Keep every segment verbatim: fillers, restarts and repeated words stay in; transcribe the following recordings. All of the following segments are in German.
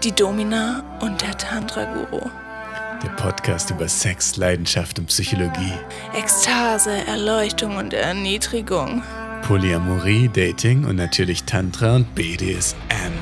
Die Domina und der Tantra-Guru. Der Podcast über Sex, Leidenschaft und Psychologie. Ekstase, Erleuchtung und Erniedrigung. Polyamorie, Dating und natürlich Tantra und B D S M.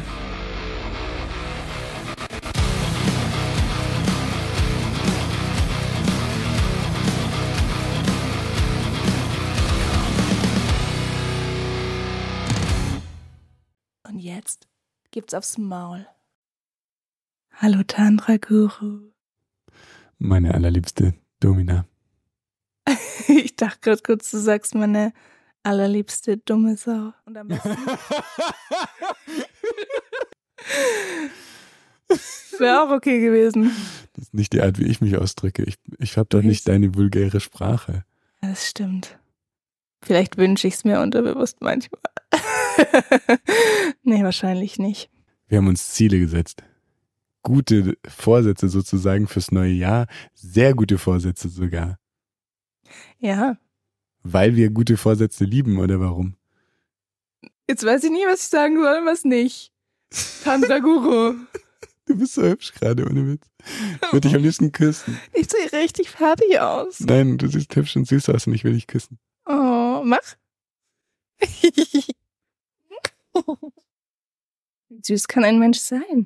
Und jetzt gibt's aufs Maul. Hallo Tantra-Guru. Meine allerliebste Domina. Ich dachte gerade kurz, du sagst meine allerliebste dumme Sau. Und am besten wäre auch okay gewesen. Das ist nicht die Art, wie ich mich ausdrücke. Ich, ich habe doch nicht deine vulgäre Sprache. Ja, das stimmt. Vielleicht wünsche ich es mir unterbewusst manchmal. Nee, wahrscheinlich nicht. Wir haben uns Ziele gesetzt. Gute Vorsätze sozusagen fürs neue Jahr. Sehr gute Vorsätze sogar. Ja. Weil wir gute Vorsätze lieben, oder warum? Jetzt weiß ich nie, was ich sagen soll und was nicht. Tantra-Guru. Du bist so hübsch gerade, ohne Witz. Ich würde dich am liebsten küssen. Ich sehe richtig fertig aus. Nein, du siehst hübsch und süß aus und ich will dich küssen. Oh, mach. Wie süß kann ein Mensch sein?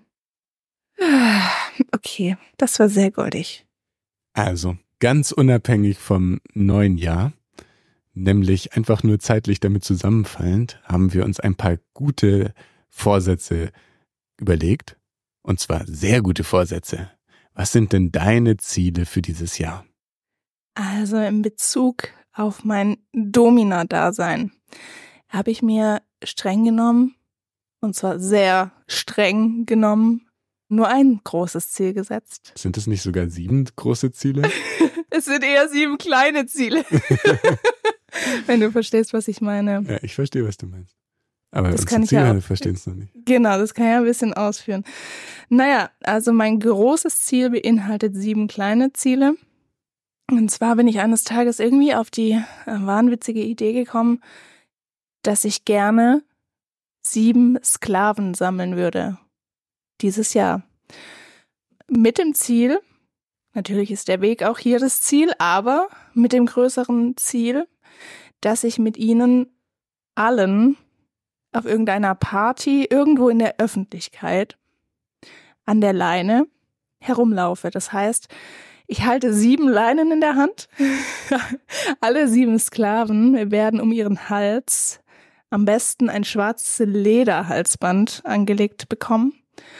Okay, das war sehr goldig. Also, ganz unabhängig vom neuen Jahr, nämlich einfach nur zeitlich damit zusammenfallend, haben wir uns ein paar gute Vorsätze überlegt. Und zwar sehr gute Vorsätze. Was sind denn deine Ziele für dieses Jahr? Also in Bezug auf mein Domina-Dasein habe ich mir streng genommen, und zwar sehr streng genommen, nur ein großes Ziel gesetzt. Sind es nicht sogar sieben große Ziele? Es sind eher sieben kleine Ziele. Wenn du verstehst, was ich meine. Ja, ich verstehe, was du meinst. Aber das unsere kann ich ja Ziele auch verstehen es noch nicht. Genau, das kann ich ja ein bisschen ausführen. Naja, also mein großes Ziel beinhaltet sieben kleine Ziele. Und zwar bin ich eines Tages irgendwie auf die äh, wahnwitzige Idee gekommen, dass ich gerne sieben Sklaven sammeln würde. Dieses Jahr. Mit dem Ziel, natürlich ist der Weg auch hier das Ziel, aber mit dem größeren Ziel, dass ich mit ihnen allen auf irgendeiner Party, irgendwo in der Öffentlichkeit, an der Leine herumlaufe. Das heißt, ich halte sieben Leinen in der Hand. Alle sieben Sklaven werden um ihren Hals am besten ein schwarzes Lederhalsband angelegt bekommen.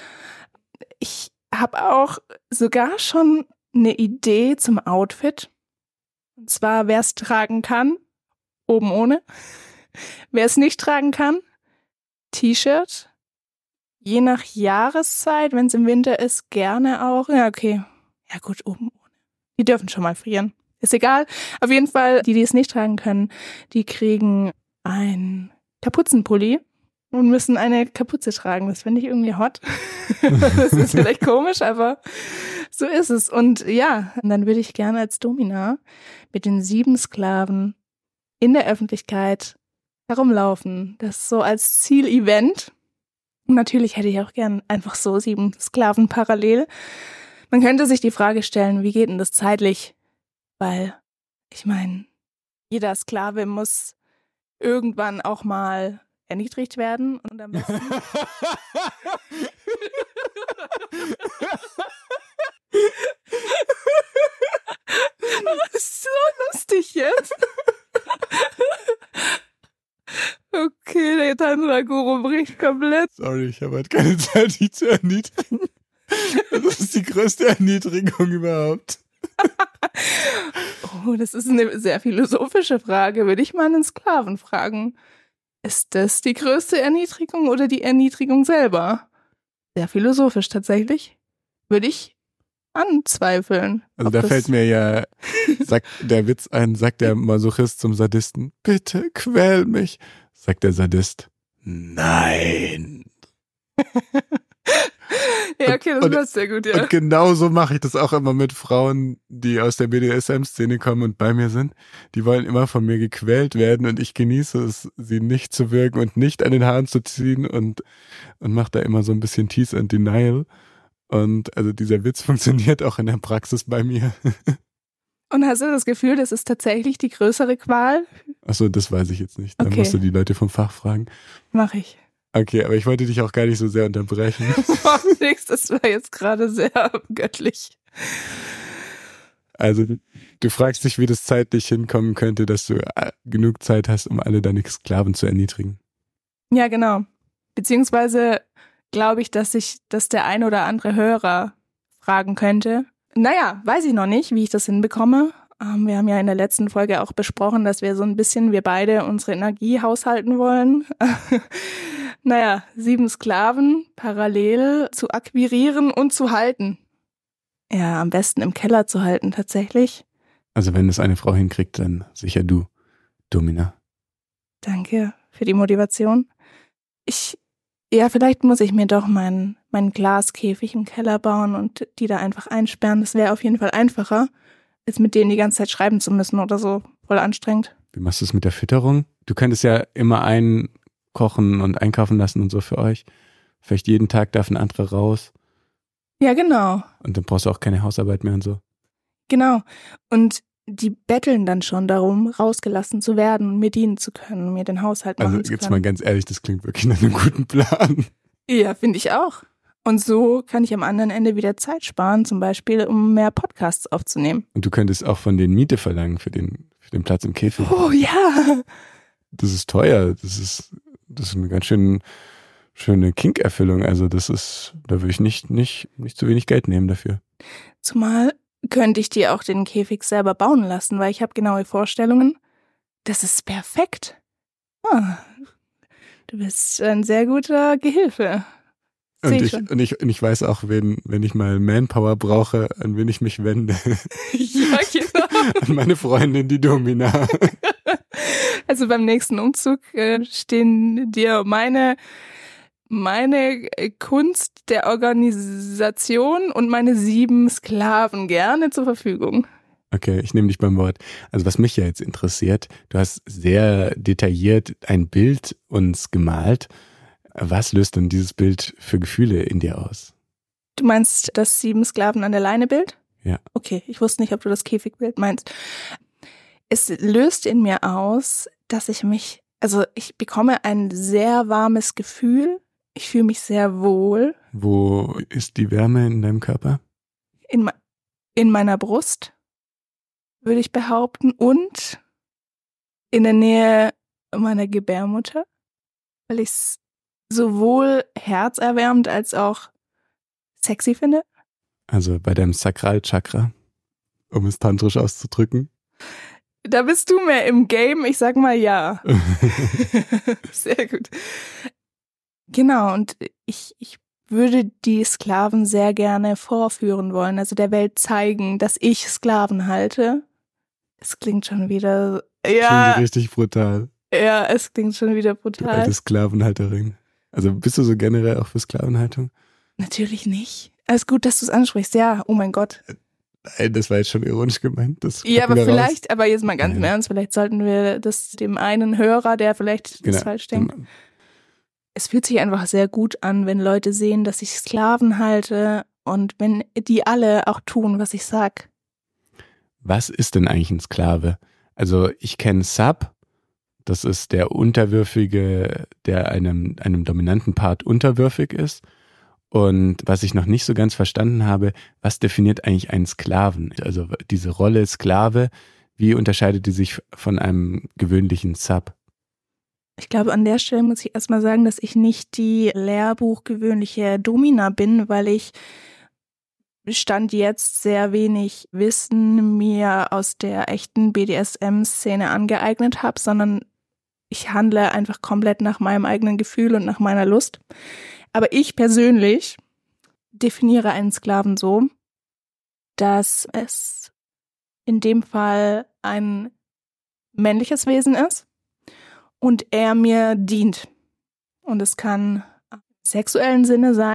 Ich habe auch sogar schon eine Idee zum Outfit. Und zwar, wer es tragen kann, oben ohne. Wer es nicht tragen kann, T-Shirt. Je nach Jahreszeit, wenn es im Winter ist, gerne auch. Ja, okay. Ja gut, oben ohne. Die dürfen schon mal frieren. Ist egal. Auf jeden Fall, die, die es nicht tragen können, die kriegen ein Kapuzenpulli und müssen eine Kapuze tragen. Das finde ich irgendwie hot. Das ist vielleicht komisch, aber so ist es. Und ja, dann würde ich gerne als Domina mit den sieben Sklaven in der Öffentlichkeit herumlaufen. Das so als Zielevent. Und natürlich hätte ich auch gern einfach so sieben Sklaven parallel. Man könnte sich die Frage stellen, wie geht denn das zeitlich? Weil, ich meine, jeder Sklave muss irgendwann auch mal erniedrigt werden und am besten das ist so lustig jetzt. Okay, der Tantra-Guru bricht komplett. Sorry, ich habe halt keine Zeit, dich zu erniedrigen. Das ist die größte Erniedrigung überhaupt. Oh, das ist eine sehr philosophische Frage. Würde ich mal einen Sklaven fragen. Ist das die größte Erniedrigung oder die Erniedrigung selber? Sehr philosophisch tatsächlich. Würde ich anzweifeln. Also da fällt mir ja sagt der Witz ein, sagt der Masochist zum Sadisten, bitte quäl mich. Sagt der Sadist, nein. Ja, okay, das und, passt sehr gut, ja. Und genauso mache ich das auch immer mit Frauen, die aus der B D S M-Szene kommen und bei mir sind. Die wollen immer von mir gequält werden und ich genieße es, sie nicht zu wirken und nicht an den Haaren zu ziehen und, und mache da immer so ein bisschen Tease and Denial. Und also dieser Witz funktioniert auch in der Praxis bei mir. Und hast du das Gefühl, das ist tatsächlich die größere Qual? Achso, das weiß ich jetzt nicht. Da Okay. musst du die Leute vom Fach fragen. Mach ich. Okay, aber ich wollte dich auch gar nicht so sehr unterbrechen. Macht nichts, das war jetzt gerade sehr göttlich. Also du fragst dich, wie das zeitlich hinkommen könnte, dass du genug Zeit hast, um alle deine Sklaven zu erniedrigen. Ja, genau. Beziehungsweise glaube ich, dass sich das der ein oder andere Hörer fragen könnte. Naja, weiß ich noch nicht, wie ich das hinbekomme. Ähm, wir haben ja in der letzten Folge auch besprochen, dass wir so ein bisschen, wir beide unsere Energie haushalten wollen. Naja, sieben Sklaven parallel zu akquirieren und zu halten. Ja, am besten im Keller zu halten, tatsächlich. Also wenn es eine Frau hinkriegt, dann sicher du, Domina. Danke für die Motivation. Ich, ja, vielleicht muss ich mir doch meinen meinen Glaskäfig im Keller bauen und die da einfach einsperren. Das wäre auf jeden Fall einfacher, als mit denen die ganze Zeit schreiben zu müssen oder so. Voll anstrengend. Wie machst du es mit der Fütterung? Du könntest ja immer einen kochen und einkaufen lassen und so für euch. Vielleicht jeden Tag darf ein anderer raus. Ja, genau. Und dann brauchst du auch keine Hausarbeit mehr und so. Genau. Und die betteln dann schon darum, rausgelassen zu werden und mir dienen zu können, mir den Haushalt machen also, zu können. Also jetzt mal ganz ehrlich, das klingt wirklich nach einem guten Plan. Ja, finde ich auch. Und so kann ich am anderen Ende wieder Zeit sparen, zum Beispiel, um mehr Podcasts aufzunehmen. Und du könntest auch von denen Miete verlangen für den, für den Platz im Käfig. Oh ja! Das ist teuer. Das ist, das ist eine ganz schön schöne Kink-Erfüllung. Also das ist, da würde ich nicht, nicht, nicht zu wenig Geld nehmen dafür. Zumal könnte ich dir auch den Käfig selber bauen lassen, weil ich habe genaue Vorstellungen. Das ist perfekt. Ah, du bist ein sehr guter Gehilfe. Und ich, und, ich, und ich weiß auch, wen, wenn ich mal Manpower brauche, an wen ich mich wende. Ja, genau. An meine Freundin, die Domina. Also beim nächsten Umzug äh, stehen dir meine, meine Kunst der Organisation und meine sieben Sklaven gerne zur Verfügung. Okay, ich nehme dich beim Wort. Also was mich ja jetzt interessiert, du hast sehr detailliert ein Bild uns gemalt. Was löst denn dieses Bild für Gefühle in dir aus? Du meinst das sieben Sklaven an der Leine Bild? Ja. Okay, ich wusste nicht, ob du das Käfigbild meinst. Es löst in mir aus, dass ich mich, also ich bekomme ein sehr warmes Gefühl. Ich fühle mich sehr wohl. Wo ist die Wärme in deinem Körper? In, in meiner Brust, würde ich behaupten, und in der Nähe meiner Gebärmutter, weil ich es sowohl herzerwärmend als auch sexy finde. Also bei deinem Sakralchakra, um es tantrisch auszudrücken. Da bist du mehr im Game, ich sag mal ja. Sehr gut. Genau, und ich, ich würde die Sklaven sehr gerne vorführen wollen, also der Welt zeigen, dass ich Sklaven halte. Es klingt schon wieder, ja. Klingt richtig brutal. Ja, es klingt schon wieder brutal. Du alte Sklavenhalterin. Also bist du so generell auch für Sklavenhaltung? Natürlich nicht. Alles gut, dass du es ansprichst. Ja, oh mein Gott. Nein, das war jetzt schon ironisch gemeint. Das ja, aber vielleicht, raus. aber jetzt mal ganz ja. im Ernst, vielleicht sollten wir das dem einen Hörer, der vielleicht genau. das falsch denkt. Es fühlt sich einfach sehr gut an, wenn Leute sehen, dass ich Sklaven halte und wenn die alle auch tun, was ich sag. Was ist denn eigentlich ein Sklave? Also ich kenne Sub. Das ist der Unterwürfige, der einem, einem dominanten Part unterwürfig ist. Und was ich noch nicht so ganz verstanden habe, was definiert eigentlich einen Sklaven? Also diese Rolle Sklave, wie unterscheidet die sich von einem gewöhnlichen Sub? Ich glaube, an der Stelle muss ich erstmal sagen, dass ich nicht die lehrbuchgewöhnliche Domina bin, weil ich Stand jetzt sehr wenig Wissen mir aus der echten B D S M-Szene angeeignet habe, sondern ich handle einfach komplett nach meinem eigenen Gefühl und nach meiner Lust. Aber ich persönlich definiere einen Sklaven so, dass es in dem Fall ein männliches Wesen ist und er mir dient. Und es kann im sexuellen Sinne sein,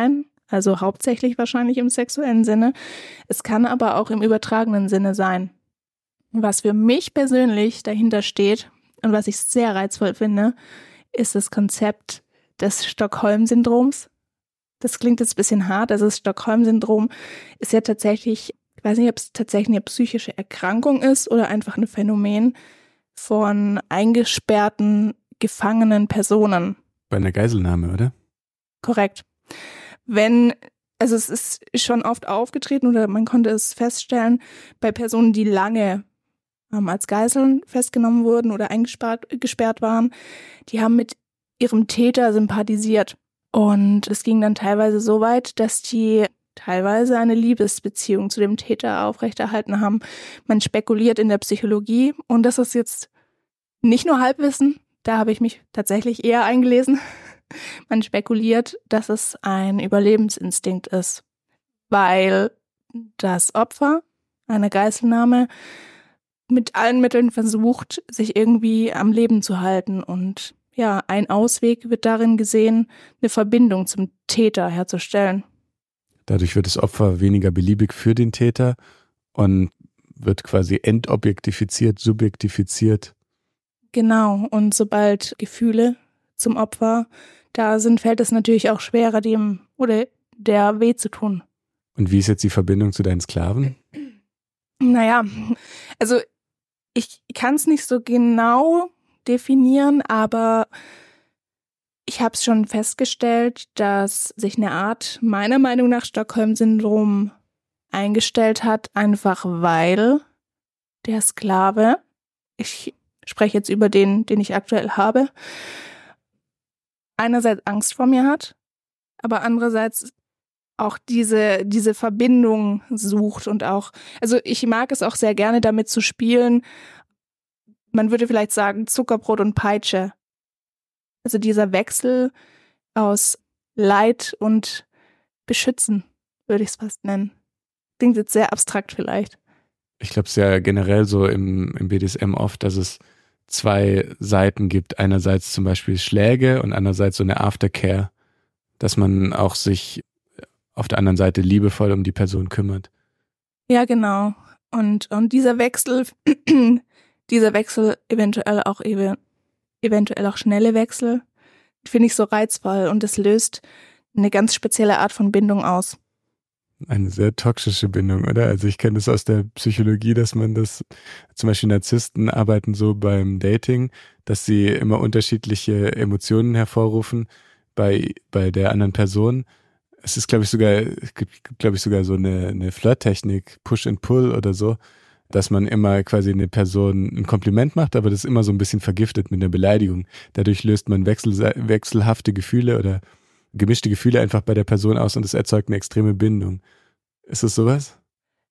Also hauptsächlich wahrscheinlich im sexuellen Sinne. Es kann aber auch im übertragenen Sinne sein. Was für mich persönlich dahinter steht und was ich sehr reizvoll finde, ist das Konzept des Stockholm-Syndroms. Das klingt jetzt ein bisschen hart. Also das Stockholm-Syndrom ist ja tatsächlich, ich weiß nicht, ob es tatsächlich eine psychische Erkrankung ist oder einfach ein Phänomen von eingesperrten, gefangenen Personen. Bei einer Geiselnahme, oder? Korrekt. Wenn, also es ist schon oft aufgetreten oder man konnte es feststellen, bei Personen, die lange ähm, als Geiseln festgenommen wurden oder eingesperrt gesperrt waren, die haben mit ihrem Täter sympathisiert. Und es ging dann teilweise so weit, dass die teilweise eine Liebesbeziehung zu dem Täter aufrechterhalten haben. Man spekuliert in der Psychologie und das ist jetzt nicht nur Halbwissen, da habe ich mich tatsächlich eher eingelesen. Man spekuliert, dass es ein Überlebensinstinkt ist, weil das Opfer einer Geiselnahme mit allen Mitteln versucht, sich irgendwie am Leben zu halten. Und ja, ein Ausweg wird darin gesehen, eine Verbindung zum Täter herzustellen. Dadurch wird das Opfer weniger beliebig für den Täter und wird quasi entobjektifiziert, subjektifiziert. Genau, und sobald Gefühle zum Opfer da sind, fällt es natürlich auch schwerer, dem oder der weh zu tun. Und wie ist jetzt die Verbindung zu deinen Sklaven? Naja, also ich kann es nicht so genau definieren, aber ich habe es schon festgestellt, dass sich eine Art, meiner Meinung nach, Stockholm-Syndrom eingestellt hat, einfach weil der Sklave, ich spreche jetzt über den, den ich aktuell habe, einerseits Angst vor mir hat, aber andererseits auch diese, diese Verbindung sucht und auch, also ich mag es auch sehr gerne damit zu spielen, man würde vielleicht sagen Zuckerbrot und Peitsche. Also dieser Wechsel aus Leid und Beschützen, würde ich es fast nennen. Klingt jetzt sehr abstrakt vielleicht. Ich glaube, es ist ja generell so im, im B D S M oft, dass es zwei Seiten gibt. Einerseits zum Beispiel Schläge und andererseits so eine Aftercare, dass man auch sich auf der anderen Seite liebevoll um die Person kümmert. Ja, genau. Und, und dieser Wechsel, dieser Wechsel eventuell auch eben, eventuell auch schnelle Wechsel, finde ich so reizvoll und es löst eine ganz spezielle Art von Bindung aus. Eine sehr toxische Bindung, oder? Also ich kenne das aus der Psychologie, dass man das, zum Beispiel Narzissten arbeiten so beim Dating, dass sie immer unterschiedliche Emotionen hervorrufen bei, bei der anderen Person. Es ist, glaube ich, sogar, es gibt, glaube ich, sogar so eine, eine Flirttechnik, Push and Pull oder so, dass man immer quasi eine Person ein Kompliment macht, aber das immer so ein bisschen vergiftet mit einer Beleidigung. Dadurch löst man wechsel, wechselhafte Gefühle oder gemischte Gefühle einfach bei der Person aus und es erzeugt eine extreme Bindung. Ist es sowas?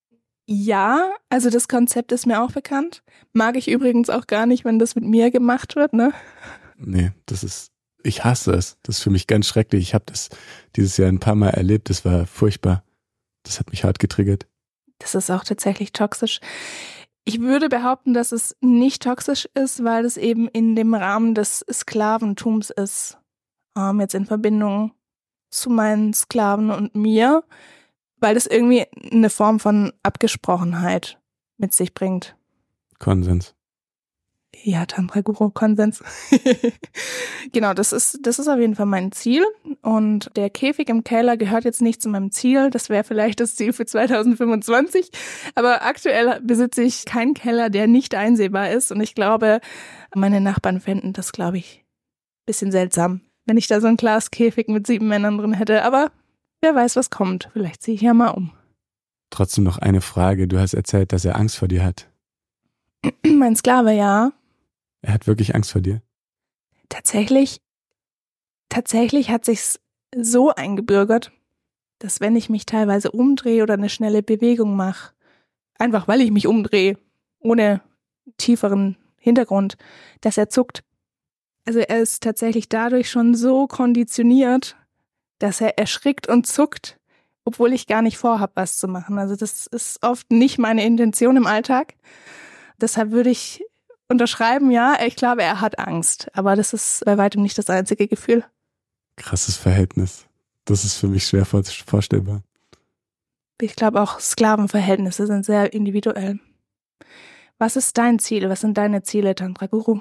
Ja, also das Konzept ist mir auch bekannt. Mag ich übrigens auch gar nicht, wenn das mit mir gemacht wird, ne? Nee, das ist, ich hasse es. Das ist für mich ganz schrecklich. Ich habe das dieses Jahr ein paar Mal erlebt. Das war furchtbar. Das hat mich hart getriggert. Das ist auch tatsächlich toxisch. Ich würde behaupten, dass es nicht toxisch ist, weil es eben in dem Rahmen des Sklaventums ist. Ähm, jetzt in Verbindung zu meinen Sklaven und mir, weil das irgendwie eine Form von Abgesprochenheit mit sich bringt. Konsens. Ja, Tantra-Guru-Konsens. Genau, das ist, das ist auf jeden Fall mein Ziel. Und der Käfig im Keller gehört jetzt nicht zu meinem Ziel. Das wäre vielleicht das Ziel für zwanzig fünfundzwanzig. Aber aktuell besitze ich keinen Keller, der nicht einsehbar ist. Und ich glaube, meine Nachbarn fänden das, glaube ich, ein bisschen seltsam, wenn ich da so einen Glaskäfig mit sieben Männern drin hätte. Aber wer weiß, was kommt. Vielleicht ziehe ich ja mal um. Trotzdem noch eine Frage. Du hast erzählt, dass er Angst vor dir hat. Mein Sklave, ja. Er hat wirklich Angst vor dir? Tatsächlich, tatsächlich hat sich's so eingebürgert, dass wenn ich mich teilweise umdrehe oder eine schnelle Bewegung mache, einfach weil ich mich umdrehe, ohne tieferen Hintergrund, dass er zuckt. Also er ist tatsächlich dadurch schon so konditioniert, dass er erschrickt und zuckt, obwohl ich gar nicht vorhab, was zu machen. Also das ist oft nicht meine Intention im Alltag. Deshalb würde ich unterschreiben, ja, ich glaube, er hat Angst. Aber das ist bei weitem nicht das einzige Gefühl. Krasses Verhältnis. Das ist für mich schwer vorstellbar. Ich glaube auch Sklavenverhältnisse sind sehr individuell. Was ist dein Ziel? Was sind deine Ziele, Tantra Guru?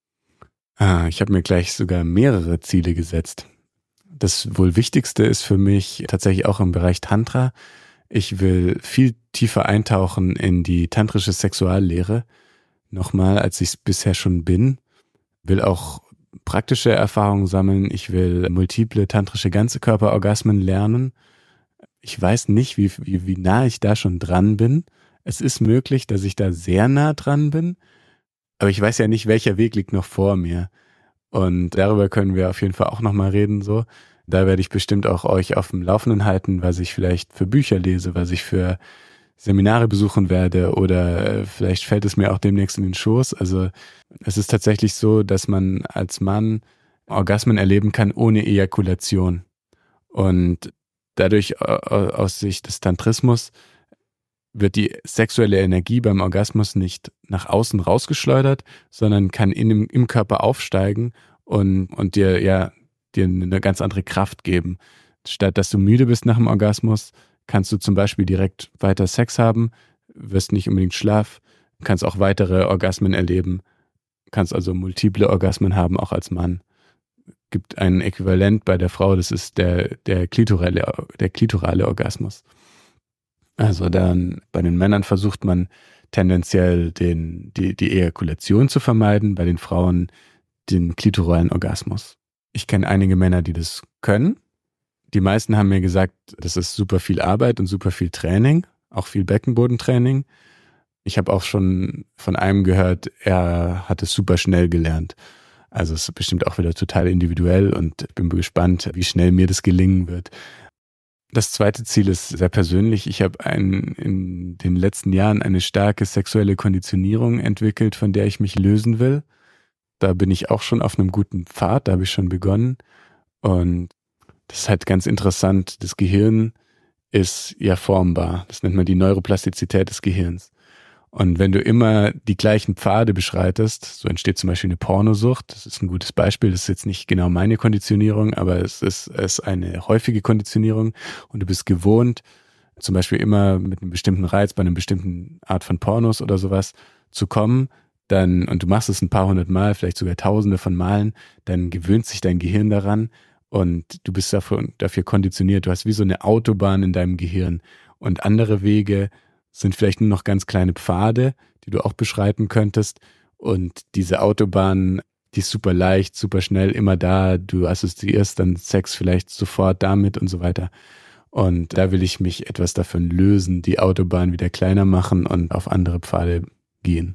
Ah, ich habe mir gleich sogar mehrere Ziele gesetzt. Das wohl wichtigste ist für mich tatsächlich auch im Bereich Tantra. Ich will viel tiefer eintauchen in die tantrische Sexuallehre, nochmal, als ich es bisher schon bin. Will auch praktische Erfahrungen sammeln. Ich will multiple tantrische Ganzkörperorgasmen lernen. Ich weiß nicht, wie, wie, wie nah ich da schon dran bin. Es ist möglich, dass ich da sehr nah dran bin, aber ich weiß ja nicht, welcher Weg liegt noch vor mir. Und darüber können wir auf jeden Fall auch nochmal reden. So, da werde ich bestimmt auch euch auf dem Laufenden halten, was ich vielleicht für Bücher lese, was ich für Seminare besuchen werde oder vielleicht fällt es mir auch demnächst in den Schoß. Also es ist tatsächlich so, dass man als Mann Orgasmen erleben kann ohne Ejakulation. Und dadurch aus Sicht des Tantrismus wird die sexuelle Energie beim Orgasmus nicht nach außen rausgeschleudert, sondern kann in dem, im Körper aufsteigen und, und dir, ja, dir eine ganz andere Kraft geben. Statt dass du müde bist nach dem Orgasmus, kannst du zum Beispiel direkt weiter Sex haben, wirst nicht unbedingt schlaff, kannst auch weitere Orgasmen erleben, kannst also multiple Orgasmen haben, auch als Mann. Gibt ein Äquivalent bei der Frau, das ist der, der klitorale, der klitorale Orgasmus. Also dann bei den Männern versucht man tendenziell den, die, die Ejakulation zu vermeiden, bei den Frauen den klitoralen Orgasmus. Ich kenne einige Männer, die das können. Die meisten haben mir gesagt, das ist super viel Arbeit und super viel Training, auch viel Beckenbodentraining. Ich habe auch schon von einem gehört, er hat es super schnell gelernt. Also es ist bestimmt auch wieder total individuell und ich bin gespannt, wie schnell mir das gelingen wird. Das zweite Ziel ist sehr persönlich. Ich habe ein, in den letzten Jahren eine starke sexuelle Konditionierung entwickelt, von der ich mich lösen will. Da bin ich auch schon auf einem guten Pfad, da habe ich schon begonnen. Und das ist halt ganz interessant. Das Gehirn ist ja formbar. Das nennt man die Neuroplastizität des Gehirns. Und wenn du immer die gleichen Pfade beschreitest, so entsteht zum Beispiel eine Pornosucht. Das ist ein gutes Beispiel. Das ist jetzt nicht genau meine Konditionierung, aber es ist, es ist eine häufige Konditionierung. Und du bist gewohnt, zum Beispiel immer mit einem bestimmten Reiz bei einer bestimmten Art von Pornos oder sowas zu kommen. Dann, und du machst es ein paar hundert Mal, vielleicht sogar tausende von Malen, dann gewöhnt sich dein Gehirn daran und du bist dafür, dafür konditioniert. Du hast wie so eine Autobahn in deinem Gehirn. Und andere Wege sind vielleicht nur noch ganz kleine Pfade, die du auch beschreiten könntest. Und diese Autobahn, die ist super leicht, super schnell, immer da. Du assoziierst dann Sex vielleicht sofort damit und so weiter. Und da will ich mich etwas davon lösen, die Autobahn wieder kleiner machen und auf andere Pfade gehen.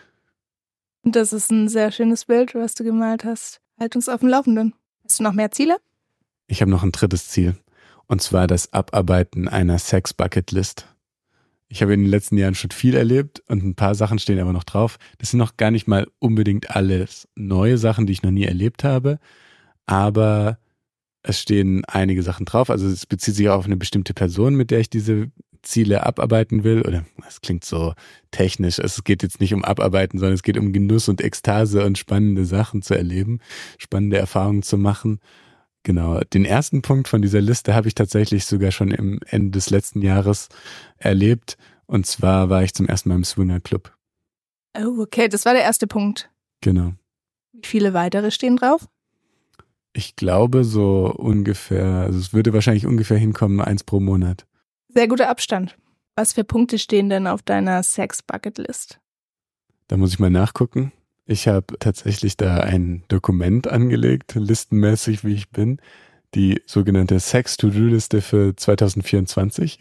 Das ist ein sehr schönes Bild, was du gemalt hast. Halt uns auf dem Laufenden. Hast du noch mehr Ziele? Ich habe noch ein drittes Ziel. Und zwar das Abarbeiten einer Sex-Bucket-List. Ich habe in den letzten Jahren schon viel erlebt und ein paar Sachen stehen aber noch drauf. Das sind noch gar nicht mal unbedingt alles neue Sachen, die ich noch nie erlebt habe, aber es stehen einige Sachen drauf. Also es bezieht sich auch auf eine bestimmte Person, mit der ich diese Ziele abarbeiten will. Oder es klingt so technisch. Es geht jetzt nicht um Abarbeiten, sondern es geht um Genuss und Ekstase und spannende Sachen zu erleben, spannende Erfahrungen zu machen. Genau, den ersten Punkt von dieser Liste habe ich tatsächlich sogar schon im Ende des letzten Jahres erlebt. Und zwar war ich zum ersten Mal im Swinger Club. Oh, okay, das war der erste Punkt. Genau. Wie viele weitere stehen drauf? Ich glaube so ungefähr, also es würde wahrscheinlich ungefähr hinkommen, eins pro Monat. Sehr guter Abstand. Was für Punkte stehen denn auf deiner Sex-Bucket-List? Da muss ich mal nachgucken. Ich habe tatsächlich da ein Dokument angelegt, listenmäßig wie ich bin, die sogenannte Sex-To-Do-Liste für zwanzig vierundzwanzig.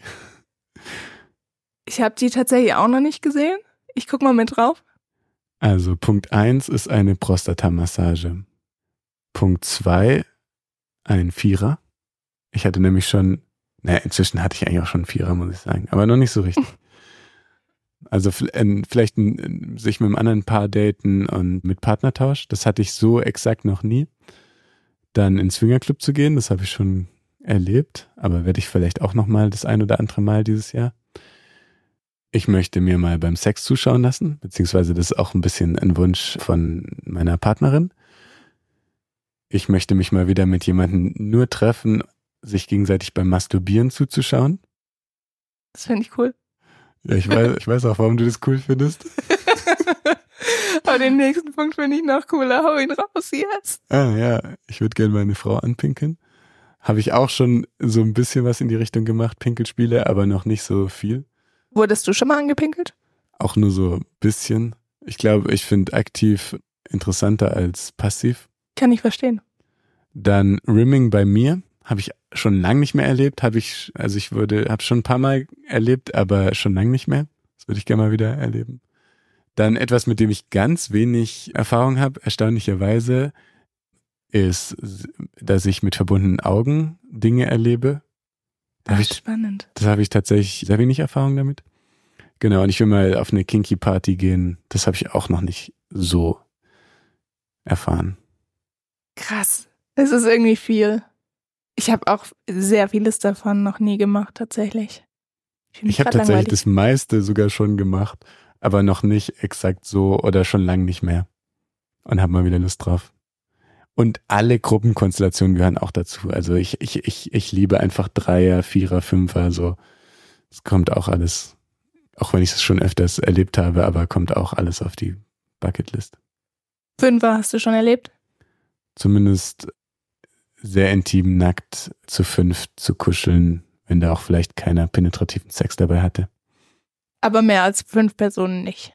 Ich habe die tatsächlich auch noch nicht gesehen. Ich guck mal mit drauf. Also Punkt eins ist eine Prostata-Massage. Punkt zwei, ein Vierer. Ich hatte nämlich schon, naja, inzwischen hatte ich eigentlich auch schon einen Vierer, muss ich sagen, aber noch nicht so richtig. Also vielleicht ein, sich mit einem anderen Paar daten und mit Partnertausch, das hatte ich so exakt noch nie. Dann ins Swingerclub zu gehen, das habe ich schon erlebt, aber werde ich vielleicht auch nochmal das ein oder andere Mal dieses Jahr. Ich möchte mir mal beim Sex zuschauen lassen, beziehungsweise das ist auch ein bisschen ein Wunsch von meiner Partnerin. Ich möchte mich mal wieder mit jemandem nur treffen, sich gegenseitig beim Masturbieren zuzuschauen. Das finde ich cool. Ja, ich weiß, ich weiß auch, warum du das cool findest. Aber den nächsten Punkt finde ich noch cooler. Hau ihn raus jetzt. Ah ja, ich würde gerne meine Frau anpinkeln. Habe ich auch schon so ein bisschen was in die Richtung gemacht, Pinkelspiele, aber noch nicht so viel. Wurdest du schon mal angepinkelt? Auch nur so ein bisschen. Ich glaube, ich finde aktiv interessanter als passiv. Kann ich verstehen. Dann Rimming bei mir. Habe ich schon lange nicht mehr erlebt. Habe ich, also ich würde, habe schon ein paar Mal erlebt, aber schon lange nicht mehr. Das würde ich gerne mal wieder erleben. Dann etwas, mit dem ich ganz wenig Erfahrung habe, erstaunlicherweise, ist, dass ich mit verbundenen Augen Dinge erlebe. Da Ach, hab ich, spannend. Das habe ich tatsächlich sehr wenig Erfahrung damit. Genau, und ich will mal auf eine Kinky-Party gehen. Das habe ich auch noch nicht so erfahren. Krass. Es ist irgendwie viel. Ich habe auch sehr vieles davon noch nie gemacht, tatsächlich. Ich, ich habe tatsächlich langweilig. Das meiste sogar schon gemacht, aber noch nicht exakt so oder schon lange nicht mehr. Und habe mal wieder Lust drauf. Und alle Gruppenkonstellationen gehören auch dazu. Also ich, ich, ich, ich liebe einfach Dreier, Vierer, Fünfer, so. Es kommt auch alles, auch wenn ich es schon öfters erlebt habe, aber kommt auch alles auf die Bucketlist. Fünfer hast du schon erlebt? Zumindest sehr intim, nackt zu fünf zu kuscheln, wenn da auch vielleicht keiner penetrativen Sex dabei hatte. Aber mehr als fünf Personen nicht.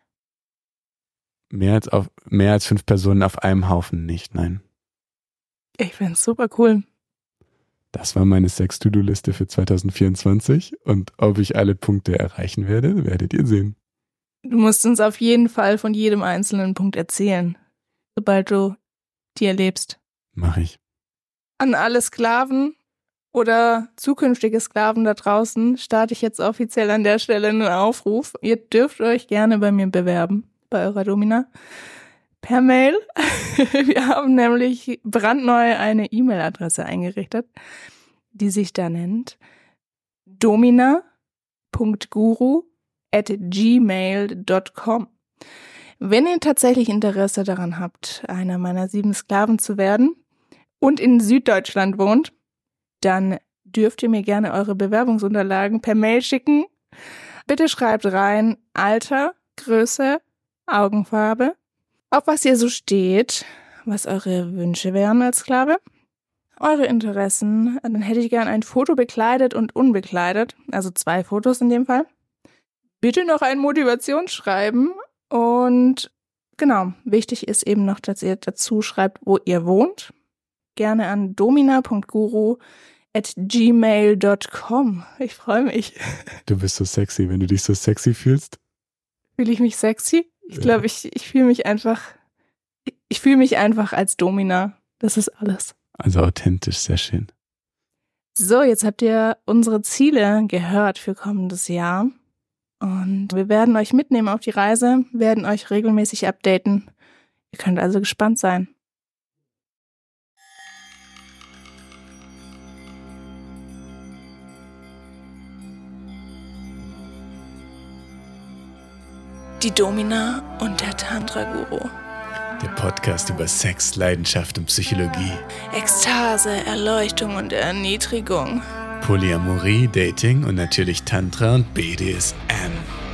Mehr als auf, mehr als fünf Personen auf einem Haufen nicht, nein. Ich find's super cool. Das war meine Sex-To-Do-Liste für zwanzig vierundzwanzig und ob ich alle Punkte erreichen werde, werdet ihr sehen. Du musst uns auf jeden Fall von jedem einzelnen Punkt erzählen, sobald du die erlebst. Mach ich. An alle Sklaven oder zukünftige Sklaven da draußen starte ich jetzt offiziell an der Stelle einen Aufruf. Ihr dürft euch gerne bei mir bewerben, bei eurer Domina. Per Mail. Wir haben nämlich brandneu eine E-Mail-Adresse eingerichtet, die sich da nennt domina punkt guru at gmail punkt com. Wenn ihr tatsächlich Interesse daran habt, einer meiner sieben Sklaven zu werden und in Süddeutschland wohnt, dann dürft ihr mir gerne eure Bewerbungsunterlagen per Mail schicken. Bitte schreibt rein Alter, Größe, Augenfarbe, auf was ihr so steht, was eure Wünsche wären als Sklave, eure Interessen. Dann hätte ich gern ein Foto bekleidet und unbekleidet, also zwei Fotos in dem Fall. Bitte noch ein Motivationsschreiben und genau, wichtig ist eben noch, dass ihr dazu schreibt, wo ihr wohnt. Gerne an domina punkt guru at gmail punkt com. Ich freue mich. Du bist so sexy, wenn du dich so sexy fühlst. Fühle ich mich sexy? Ich glaube, ich, ich fühle mich einfach, ich fühle mich einfach als Domina. Das ist alles. Also authentisch, sehr schön. So, jetzt habt ihr unsere Ziele gehört für kommendes Jahr. Und wir werden euch mitnehmen auf die Reise, werden euch regelmäßig updaten. Ihr könnt also gespannt sein. Die Domina und der Tantra-Guru. Der Podcast über Sex, Leidenschaft und Psychologie. Ekstase, Erleuchtung und Erniedrigung. Polyamorie, Dating und natürlich Tantra und B D S M.